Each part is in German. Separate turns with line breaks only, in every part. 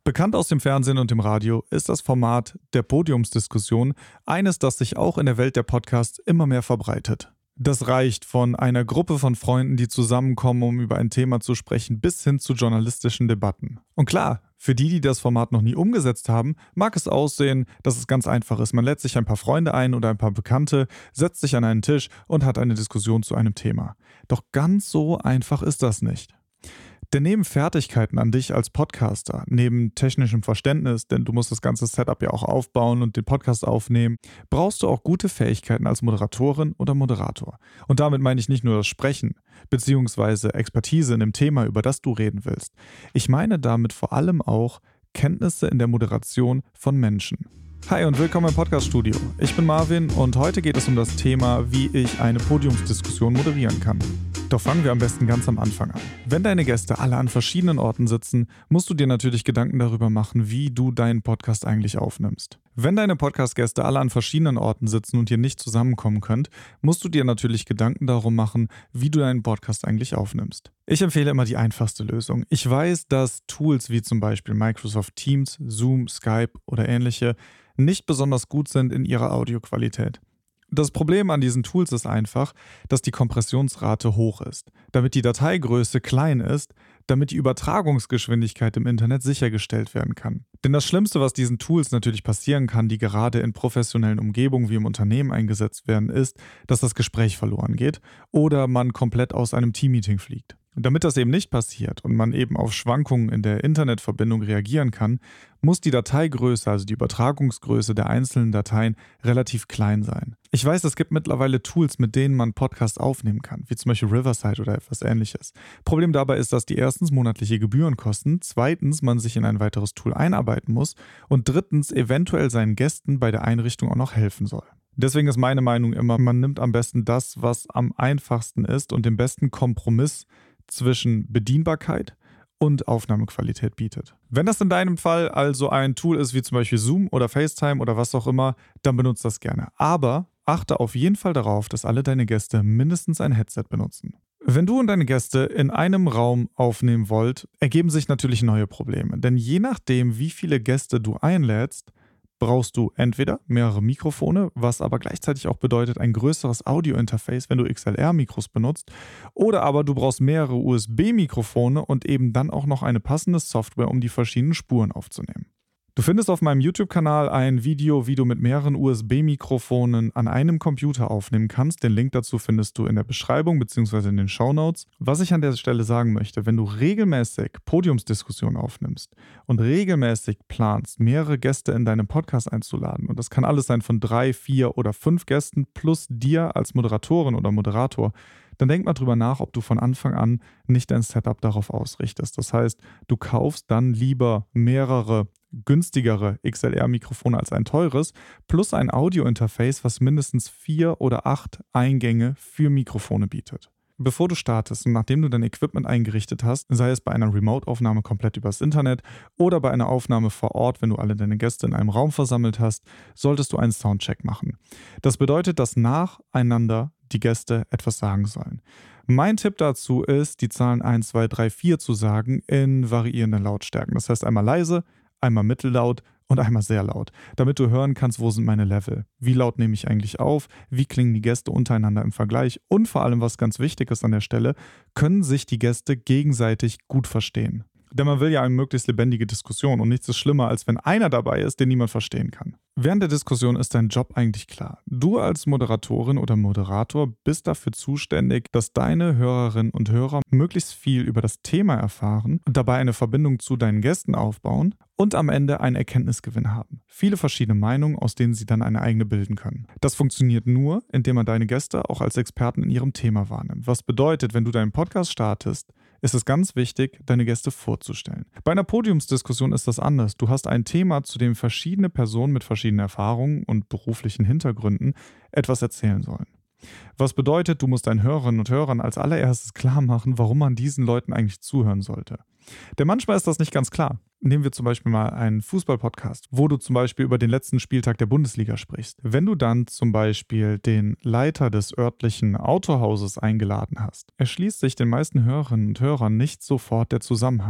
Bekannt aus dem Fernsehen und dem Radio ist das Format der Podiumsdiskussion eines, das sich auch in der Welt der Podcasts immer mehr verbreitet. Das reicht von einer Gruppe von Freunden, die zusammenkommen, um über ein Thema zu sprechen, bis hin zu journalistischen Debatten. Und klar, für die das Format noch nie umgesetzt haben, mag es aussehen, dass es ganz einfach ist. Man lädt sich ein paar Freunde ein oder ein paar Bekannte, setzt sich an einen Tisch und hat eine Diskussion zu einem Thema. Doch ganz so einfach ist das nicht. Denn neben Fertigkeiten an dich als Podcaster, neben technischem Verständnis, denn du musst das ganze Setup ja auch aufbauen und den Podcast aufnehmen, brauchst du auch gute Fähigkeiten als Moderatorin oder Moderator. Und damit meine ich nicht nur das Sprechen, beziehungsweise Expertise in dem Thema, über das du reden willst. Ich meine damit vor allem auch Kenntnisse in der Moderation von Menschen. Hi und willkommen im Podcast-Studio. Ich bin Marvin und heute geht es um das Thema, wie ich eine Podiumsdiskussion moderieren kann. Doch fangen wir am besten ganz am Anfang an. Wenn deine Gäste alle an verschiedenen Orten sitzen, musst du dir natürlich Gedanken darüber machen, wie du deinen Podcast eigentlich aufnimmst. Wenn deine Podcast-Gäste alle an verschiedenen Orten sitzen und ihr nicht zusammenkommen könnt, musst du dir natürlich Gedanken darum machen, wie du deinen Podcast eigentlich aufnimmst. Ich empfehle immer die einfachste Lösung. Ich weiß, dass Tools wie zum Beispiel Microsoft Teams, Zoom, Skype oder ähnliche nicht besonders gut sind in ihrer Audioqualität. Das Problem an diesen Tools ist einfach, dass die Kompressionsrate hoch ist, damit die Dateigröße klein ist, damit die Übertragungsgeschwindigkeit im Internet sichergestellt werden kann. Denn das Schlimmste, was diesen Tools natürlich passieren kann, die gerade in professionellen Umgebungen wie im Unternehmen eingesetzt werden, ist, dass das Gespräch verloren geht oder man komplett aus einem Teammeeting fliegt. Und damit das eben nicht passiert und man eben auf Schwankungen in der Internetverbindung reagieren kann, muss die Dateigröße, also die Übertragungsgröße der einzelnen Dateien, relativ klein sein. Ich weiß, es gibt mittlerweile Tools, mit denen man Podcasts aufnehmen kann, wie zum Beispiel Riverside oder etwas ähnliches. Problem dabei ist, dass die erstens monatliche Gebühren kosten, zweitens man sich in ein weiteres Tool einarbeiten muss und drittens eventuell seinen Gästen bei der Einrichtung auch noch helfen soll. Deswegen ist meine Meinung immer, man nimmt am besten das, was am einfachsten ist und den besten Kompromiss zwischen Bedienbarkeit und Aufnahmequalität bietet. Wenn das in deinem Fall also ein Tool ist wie zum Beispiel Zoom oder FaceTime oder was auch immer, dann benutzt das gerne. Aber achte auf jeden Fall darauf, dass alle deine Gäste mindestens ein Headset benutzen. Wenn du und deine Gäste in einem Raum aufnehmen wollt, ergeben sich natürlich neue Probleme. Denn je nachdem, wie viele Gäste du einlädst, brauchst du entweder mehrere Mikrofone, was aber gleichzeitig auch bedeutet ein größeres Audio-Interface, wenn du XLR-Mikros benutzt, oder aber du brauchst mehrere USB-Mikrofone und eben dann auch noch eine passende Software, um die verschiedenen Spuren aufzunehmen. Du findest auf meinem YouTube-Kanal ein Video, wie du mit mehreren USB-Mikrofonen an einem Computer aufnehmen kannst. Den Link dazu findest du in der Beschreibung bzw. in den Shownotes. Was ich an der Stelle sagen möchte, wenn du regelmäßig Podiumsdiskussionen aufnimmst und regelmäßig planst, mehrere Gäste in deinem Podcast einzuladen, und das kann alles sein von 3, 4 oder 5 Gästen plus dir als Moderatorin oder Moderator, dann denk mal drüber nach, ob du von Anfang an nicht dein Setup darauf ausrichtest. Das heißt, du kaufst dann lieber mehrere günstigere XLR-Mikrofone als ein teures, plus ein Audio-Interface, was mindestens 4 oder 8 Eingänge für Mikrofone bietet. Bevor du startest und nachdem du dein Equipment eingerichtet hast, sei es bei einer Remote-Aufnahme komplett übers Internet oder bei einer Aufnahme vor Ort, wenn du alle deine Gäste in einem Raum versammelt hast, solltest du einen Soundcheck machen. Das bedeutet, dass nacheinander die Gäste etwas sagen sollen. Mein Tipp dazu ist, die Zahlen 1, 2, 3, 4 zu sagen in variierenden Lautstärken. Das heißt einmal leise, einmal mittellaut und einmal sehr laut, damit du hören kannst, wo sind meine Level, wie laut nehme ich eigentlich auf, wie klingen die Gäste untereinander im Vergleich und vor allem, was ganz wichtig ist an der Stelle, können sich die Gäste gegenseitig gut verstehen. Denn man will ja eine möglichst lebendige Diskussion und nichts ist schlimmer, als wenn einer dabei ist, den niemand verstehen kann. Während der Diskussion ist dein Job eigentlich klar. Du als Moderatorin oder Moderator bist dafür zuständig, dass deine Hörerinnen und Hörer möglichst viel über das Thema erfahren und dabei eine Verbindung zu deinen Gästen aufbauen und am Ende einen Erkenntnisgewinn haben. Viele verschiedene Meinungen, aus denen sie dann eine eigene bilden können. Das funktioniert nur, indem man deine Gäste auch als Experten in ihrem Thema wahrnimmt. Was bedeutet, wenn du deinen Podcast startest, ist es ganz wichtig, deine Gäste vorzustellen. Bei einer Podiumsdiskussion ist das anders. Du hast ein Thema, zu dem verschiedene Personen mit verschiedenen Erfahrungen und beruflichen Hintergründen etwas erzählen sollen. Was bedeutet, du musst deinen Hörerinnen und Hörern als allererstes klar machen, warum man diesen Leuten eigentlich zuhören sollte. Denn manchmal ist das nicht ganz klar. Nehmen wir zum Beispiel mal einen Fußball-Podcast, wo du zum Beispiel über den letzten Spieltag der Bundesliga sprichst. Wenn du dann zum Beispiel den Leiter des örtlichen Autohauses eingeladen hast, erschließt sich den meisten Hörerinnen und Hörern nicht sofort der Zusammenhang.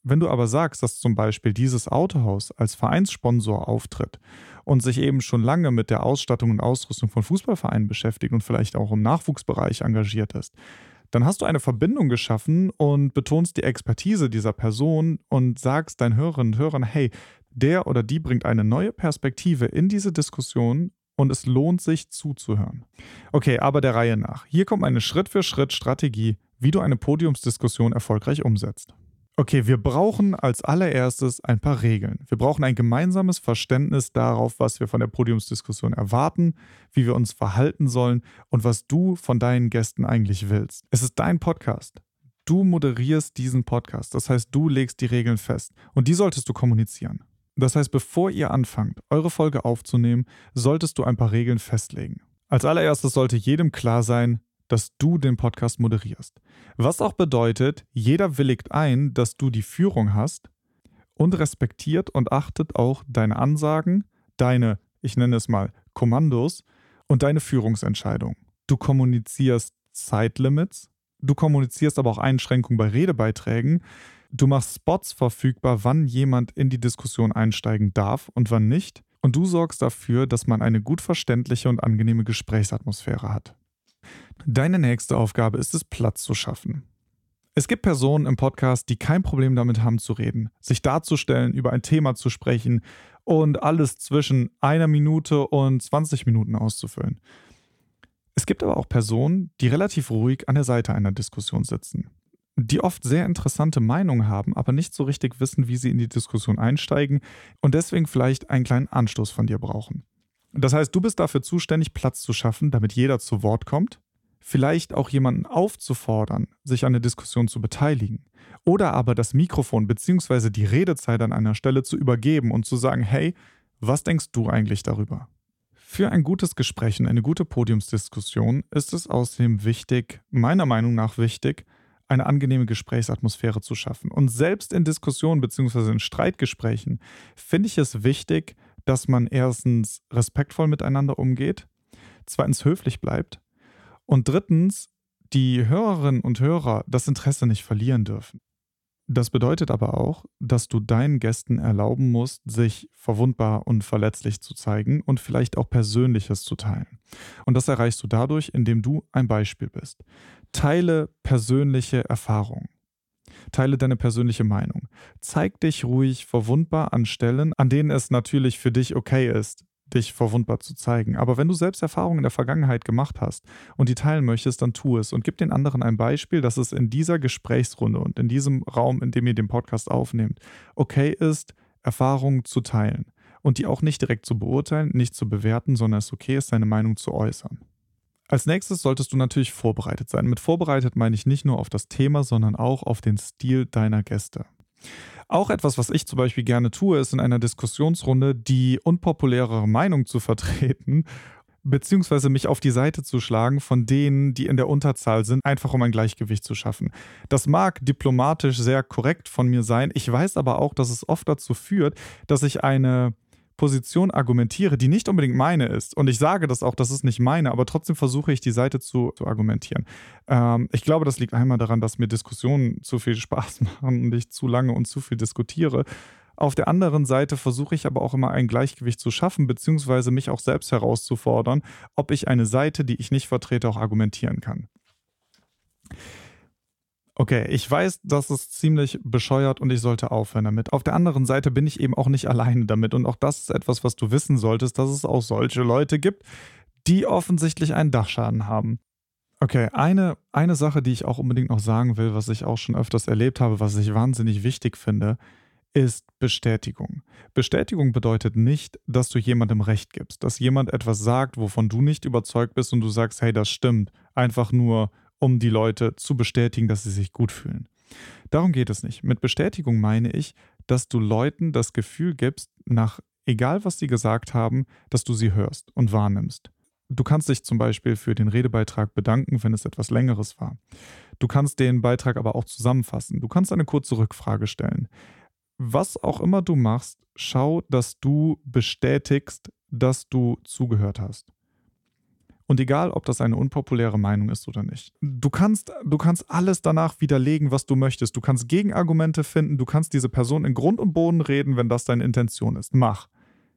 Wenn du aber sagst, dass zum Beispiel dieses Autohaus als Vereinssponsor auftritt und sich eben schon lange mit der Ausstattung und Ausrüstung von Fußballvereinen beschäftigt und vielleicht auch im Nachwuchsbereich engagiert ist, dann hast du eine Verbindung geschaffen und betonst die Expertise dieser Person und sagst deinen Hörerinnen und Hörern, hey, der oder die bringt eine neue Perspektive in diese Diskussion und es lohnt sich zuzuhören. Okay, aber der Reihe nach. Hier kommt eine Schritt-für-Schritt-Strategie, wie du eine Podiumsdiskussion erfolgreich umsetzt. Okay, wir brauchen als allererstes ein paar Regeln. Wir brauchen ein gemeinsames Verständnis darauf, was wir von der Podiumsdiskussion erwarten, wie wir uns verhalten sollen und was du von deinen Gästen eigentlich willst. Es ist dein Podcast. Du moderierst diesen Podcast. Das heißt, du legst die Regeln fest und die solltest du kommunizieren. Das heißt, bevor ihr anfangt, eure Folge aufzunehmen, solltest du ein paar Regeln festlegen. Als allererstes sollte jedem klar sein, dass du den Podcast moderierst. Was auch bedeutet, jeder willigt ein, dass du die Führung hast und respektiert und achtet auch deine Ansagen, deine, ich nenne es mal, Kommandos und deine Führungsentscheidung. Du kommunizierst Zeitlimits, du kommunizierst aber auch Einschränkungen bei Redebeiträgen, du machst Spots verfügbar, wann jemand in die Diskussion einsteigen darf und wann nicht, und du sorgst dafür, dass man eine gut verständliche und angenehme Gesprächsatmosphäre hat. Deine nächste Aufgabe ist es, Platz zu schaffen. Es gibt Personen im Podcast, die kein Problem damit haben zu reden, sich darzustellen, über ein Thema zu sprechen und alles zwischen 1 Minute und 20 Minuten auszufüllen. Es gibt aber auch Personen, die relativ ruhig an der Seite einer Diskussion sitzen, die oft sehr interessante Meinungen haben, aber nicht so richtig wissen, wie sie in die Diskussion einsteigen und deswegen vielleicht einen kleinen Anstoß von dir brauchen. Das heißt, du bist dafür zuständig, Platz zu schaffen, damit jeder zu Wort kommt, vielleicht auch jemanden aufzufordern, sich an der Diskussion zu beteiligen oder aber das Mikrofon bzw. die Redezeit an einer Stelle zu übergeben und zu sagen, hey, was denkst du eigentlich darüber? Für ein gutes Gespräch und eine gute Podiumsdiskussion ist es außerdem wichtig, meiner Meinung nach wichtig, eine angenehme Gesprächsatmosphäre zu schaffen. Und selbst in Diskussionen bzw. in Streitgesprächen finde ich es wichtig, dass man erstens respektvoll miteinander umgeht, zweitens höflich bleibt und drittens die Hörerinnen und Hörer das Interesse nicht verlieren dürfen. Das bedeutet aber auch, dass du deinen Gästen erlauben musst, sich verwundbar und verletzlich zu zeigen und vielleicht auch Persönliches zu teilen. Und das erreichst du dadurch, indem du ein Beispiel bist. Teile persönliche Erfahrungen. Teile deine persönliche Meinung. Zeig dich ruhig verwundbar an Stellen, an denen es natürlich für dich okay ist, dich verwundbar zu zeigen. Aber wenn du selbst Erfahrungen in der Vergangenheit gemacht hast und die teilen möchtest, dann tu es und gib den anderen ein Beispiel, dass es in dieser Gesprächsrunde und in diesem Raum, in dem ihr den Podcast aufnehmt, okay ist, Erfahrungen zu teilen und die auch nicht direkt zu beurteilen, nicht zu bewerten, sondern es okay ist, seine Meinung zu äußern. Als nächstes solltest du natürlich vorbereitet sein. Mit vorbereitet meine ich nicht nur auf das Thema, sondern auch auf den Stil deiner Gäste. Auch etwas, was ich zum Beispiel gerne tue, ist in einer Diskussionsrunde die unpopulärere Meinung zu vertreten, beziehungsweise mich auf die Seite zu schlagen von denen, die in der Unterzahl sind, einfach um ein Gleichgewicht zu schaffen. Das mag diplomatisch sehr korrekt von mir sein, ich weiß aber auch, dass es oft dazu führt, dass ich eine Position argumentiere, die nicht unbedingt meine ist. Und ich sage das auch, das ist nicht meine, aber trotzdem versuche ich, die Seite zu argumentieren. Ich glaube, das liegt einmal daran, dass mir Diskussionen zu viel Spaß machen und ich zu lange und zu viel diskutiere. Auf der anderen Seite versuche ich aber auch immer ein Gleichgewicht zu schaffen, beziehungsweise mich auch selbst herauszufordern, ob ich eine Seite, die ich nicht vertrete, auch argumentieren kann. Okay, ich weiß, das ist ziemlich bescheuert und ich sollte aufhören damit. Auf der anderen Seite bin ich eben auch nicht alleine damit und auch das ist etwas, was du wissen solltest, dass es auch solche Leute gibt, die offensichtlich einen Dachschaden haben. Okay, eine Sache, die ich auch unbedingt noch sagen will, was ich auch schon öfters erlebt habe, was ich wahnsinnig wichtig finde, ist Bestätigung. Bestätigung bedeutet nicht, dass du jemandem Recht gibst, dass jemand etwas sagt, wovon du nicht überzeugt bist und du sagst, hey, das stimmt, einfach nur um die Leute zu bestätigen, dass sie sich gut fühlen. Darum geht es nicht. Mit Bestätigung meine ich, dass du Leuten das Gefühl gibst, nach egal was sie gesagt haben, dass du sie hörst und wahrnimmst. Du kannst dich zum Beispiel für den Redebeitrag bedanken, wenn es etwas Längeres war. Du kannst den Beitrag aber auch zusammenfassen. Du kannst eine kurze Rückfrage stellen. Was auch immer du machst, schau, dass du bestätigst, dass du zugehört hast. Und egal, ob das eine unpopuläre Meinung ist oder nicht. Du kannst alles danach widerlegen, was du möchtest. Du kannst Gegenargumente finden, du kannst diese Person in Grund und Boden reden, wenn das deine Intention ist. Mach.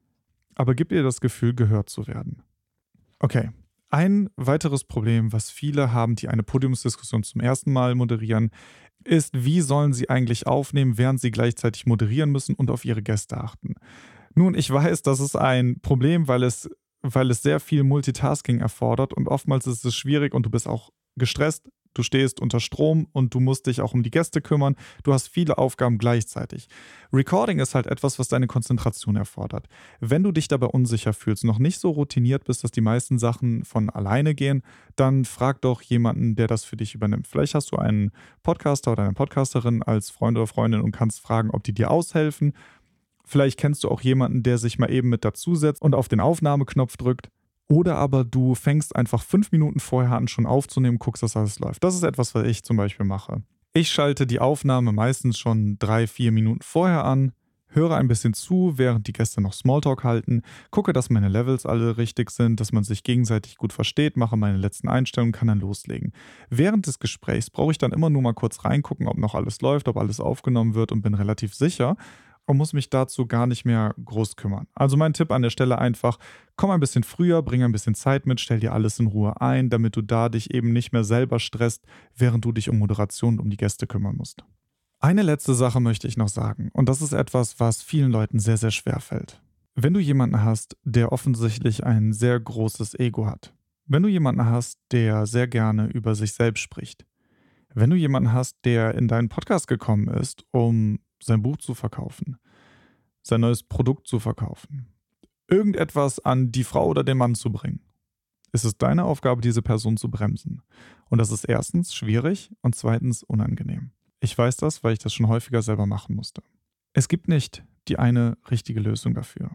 Aber gib ihr das Gefühl, gehört zu werden. Okay. Ein weiteres Problem, was viele haben, die eine Podiumsdiskussion zum ersten Mal moderieren, ist, wie sollen sie eigentlich aufnehmen, während sie gleichzeitig moderieren müssen und auf ihre Gäste achten. Nun, ich weiß, das ist ein Problem, weil es sehr viel Multitasking erfordert und oftmals ist es schwierig und du bist auch gestresst, du stehst unter Strom und du musst dich auch um die Gäste kümmern, du hast viele Aufgaben gleichzeitig. Recording ist halt etwas, was deine Konzentration erfordert. Wenn du dich dabei unsicher fühlst, noch nicht so routiniert bist, dass die meisten Sachen von alleine gehen, dann frag doch jemanden, der das für dich übernimmt. Vielleicht hast du einen Podcaster oder eine Podcasterin als Freund oder Freundin und kannst fragen, ob die dir aushelfen. Vielleicht kennst du auch jemanden, der sich mal eben mit dazusetzt und auf den Aufnahmeknopf drückt. Oder aber du fängst einfach 5 Minuten vorher an, schon aufzunehmen, guckst, dass alles läuft. Das ist etwas, was ich zum Beispiel mache. Ich schalte die Aufnahme meistens schon 3-4 Minuten vorher an, höre ein bisschen zu, während die Gäste noch Smalltalk halten, gucke, dass meine Levels alle richtig sind, dass man sich gegenseitig gut versteht, mache meine letzten Einstellungen, kann dann loslegen. Während des Gesprächs brauche ich dann immer nur mal kurz reingucken, ob noch alles läuft, ob alles aufgenommen wird und bin relativ sicher und muss mich dazu gar nicht mehr groß kümmern. Also mein Tipp an der Stelle einfach, komm ein bisschen früher, bring ein bisschen Zeit mit, stell dir alles in Ruhe ein, damit du da dich eben nicht mehr selber stresst, während du dich um Moderation und um die Gäste kümmern musst. Eine letzte Sache möchte ich noch sagen und das ist etwas, was vielen Leuten sehr, sehr schwer fällt. Wenn du jemanden hast, der offensichtlich ein sehr großes Ego hat, wenn du jemanden hast, der sehr gerne über sich selbst spricht, wenn du jemanden hast, der in deinen Podcast gekommen ist, um sein Buch zu verkaufen, sein neues Produkt zu verkaufen, irgendetwas an die Frau oder den Mann zu bringen, ist es deine Aufgabe, diese Person zu bremsen. Und das ist erstens schwierig und zweitens unangenehm. Ich weiß das, weil ich das schon häufiger selber machen musste. Es gibt nicht die eine richtige Lösung dafür.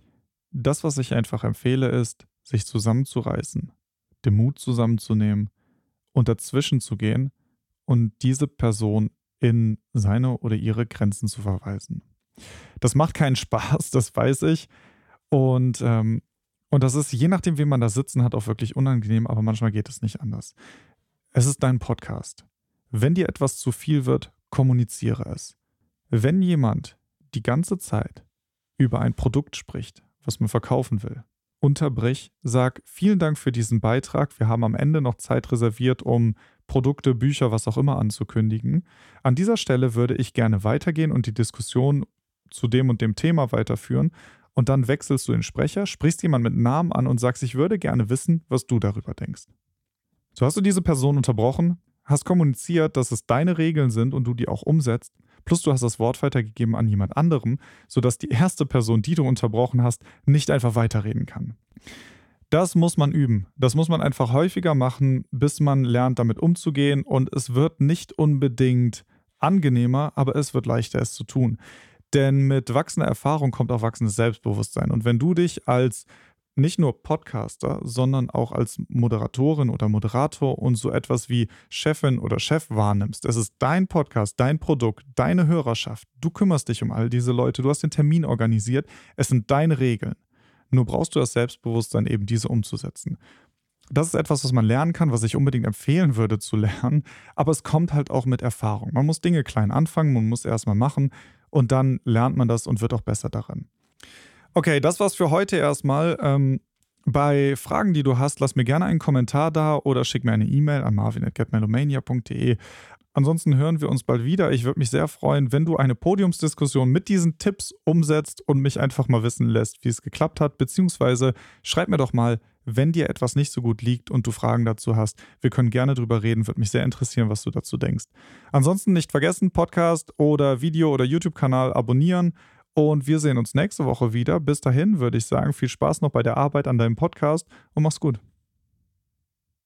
Das, was ich einfach empfehle, ist, sich zusammenzureißen, den Mut zusammenzunehmen und dazwischen zu gehen und diese Person in seine oder ihre Grenzen zu verweisen. Das macht keinen Spaß, das weiß ich. Und das ist, je nachdem, wen man da sitzen hat, auch wirklich unangenehm, aber manchmal geht es nicht anders. Es ist dein Podcast. Wenn dir etwas zu viel wird, kommuniziere es. Wenn jemand die ganze Zeit über ein Produkt spricht, was man verkaufen will, unterbrich, sag vielen Dank für diesen Beitrag. Wir haben am Ende noch Zeit reserviert, um Produkte, Bücher, was auch immer anzukündigen. An dieser Stelle würde ich gerne weitergehen und die Diskussion zu dem und dem Thema weiterführen. Und dann wechselst du den Sprecher, sprichst jemanden mit Namen an und sagst, ich würde gerne wissen, was du darüber denkst. So hast du diese Person unterbrochen, hast kommuniziert, dass es deine Regeln sind und du die auch umsetzt. Plus du hast das Wort weitergegeben an jemand anderem, sodass die erste Person, die du unterbrochen hast, nicht einfach weiterreden kann. Das muss man üben. Das muss man einfach häufiger machen, bis man lernt, damit umzugehen. Und es wird nicht unbedingt angenehmer, aber es wird leichter, es zu tun. Denn mit wachsender Erfahrung kommt auch wachsendes Selbstbewusstsein. Und wenn du dich als nicht nur Podcaster, sondern auch als Moderatorin oder Moderator und so etwas wie Chefin oder Chef wahrnimmst, es ist dein Podcast, dein Produkt, deine Hörerschaft. Du kümmerst dich um all diese Leute, du hast den Termin organisiert, es sind deine Regeln. Nur brauchst du das Selbstbewusstsein, eben diese umzusetzen. Das ist etwas, was man lernen kann, was ich unbedingt empfehlen würde zu lernen, aber es kommt halt auch mit Erfahrung. Man muss Dinge klein anfangen, man muss erstmal machen und dann lernt man das und wird auch besser darin. Okay, das war's für heute erstmal. Bei Fragen, die du hast, lass mir gerne einen Kommentar da oder schick mir eine E-Mail an marvin@getmelomania.de. Ansonsten hören wir uns bald wieder. Ich würde mich sehr freuen, wenn du eine Podiumsdiskussion mit diesen Tipps umsetzt und mich einfach mal wissen lässt, wie es geklappt hat. Beziehungsweise schreib mir doch mal, wenn dir etwas nicht so gut liegt und du Fragen dazu hast. Wir können gerne drüber reden. Würde mich sehr interessieren, was du dazu denkst. Ansonsten nicht vergessen, Podcast oder Video- oder YouTube-Kanal abonnieren. Und wir sehen uns nächste Woche wieder. Bis dahin würde ich sagen, viel Spaß noch bei der Arbeit an deinem Podcast und mach's gut.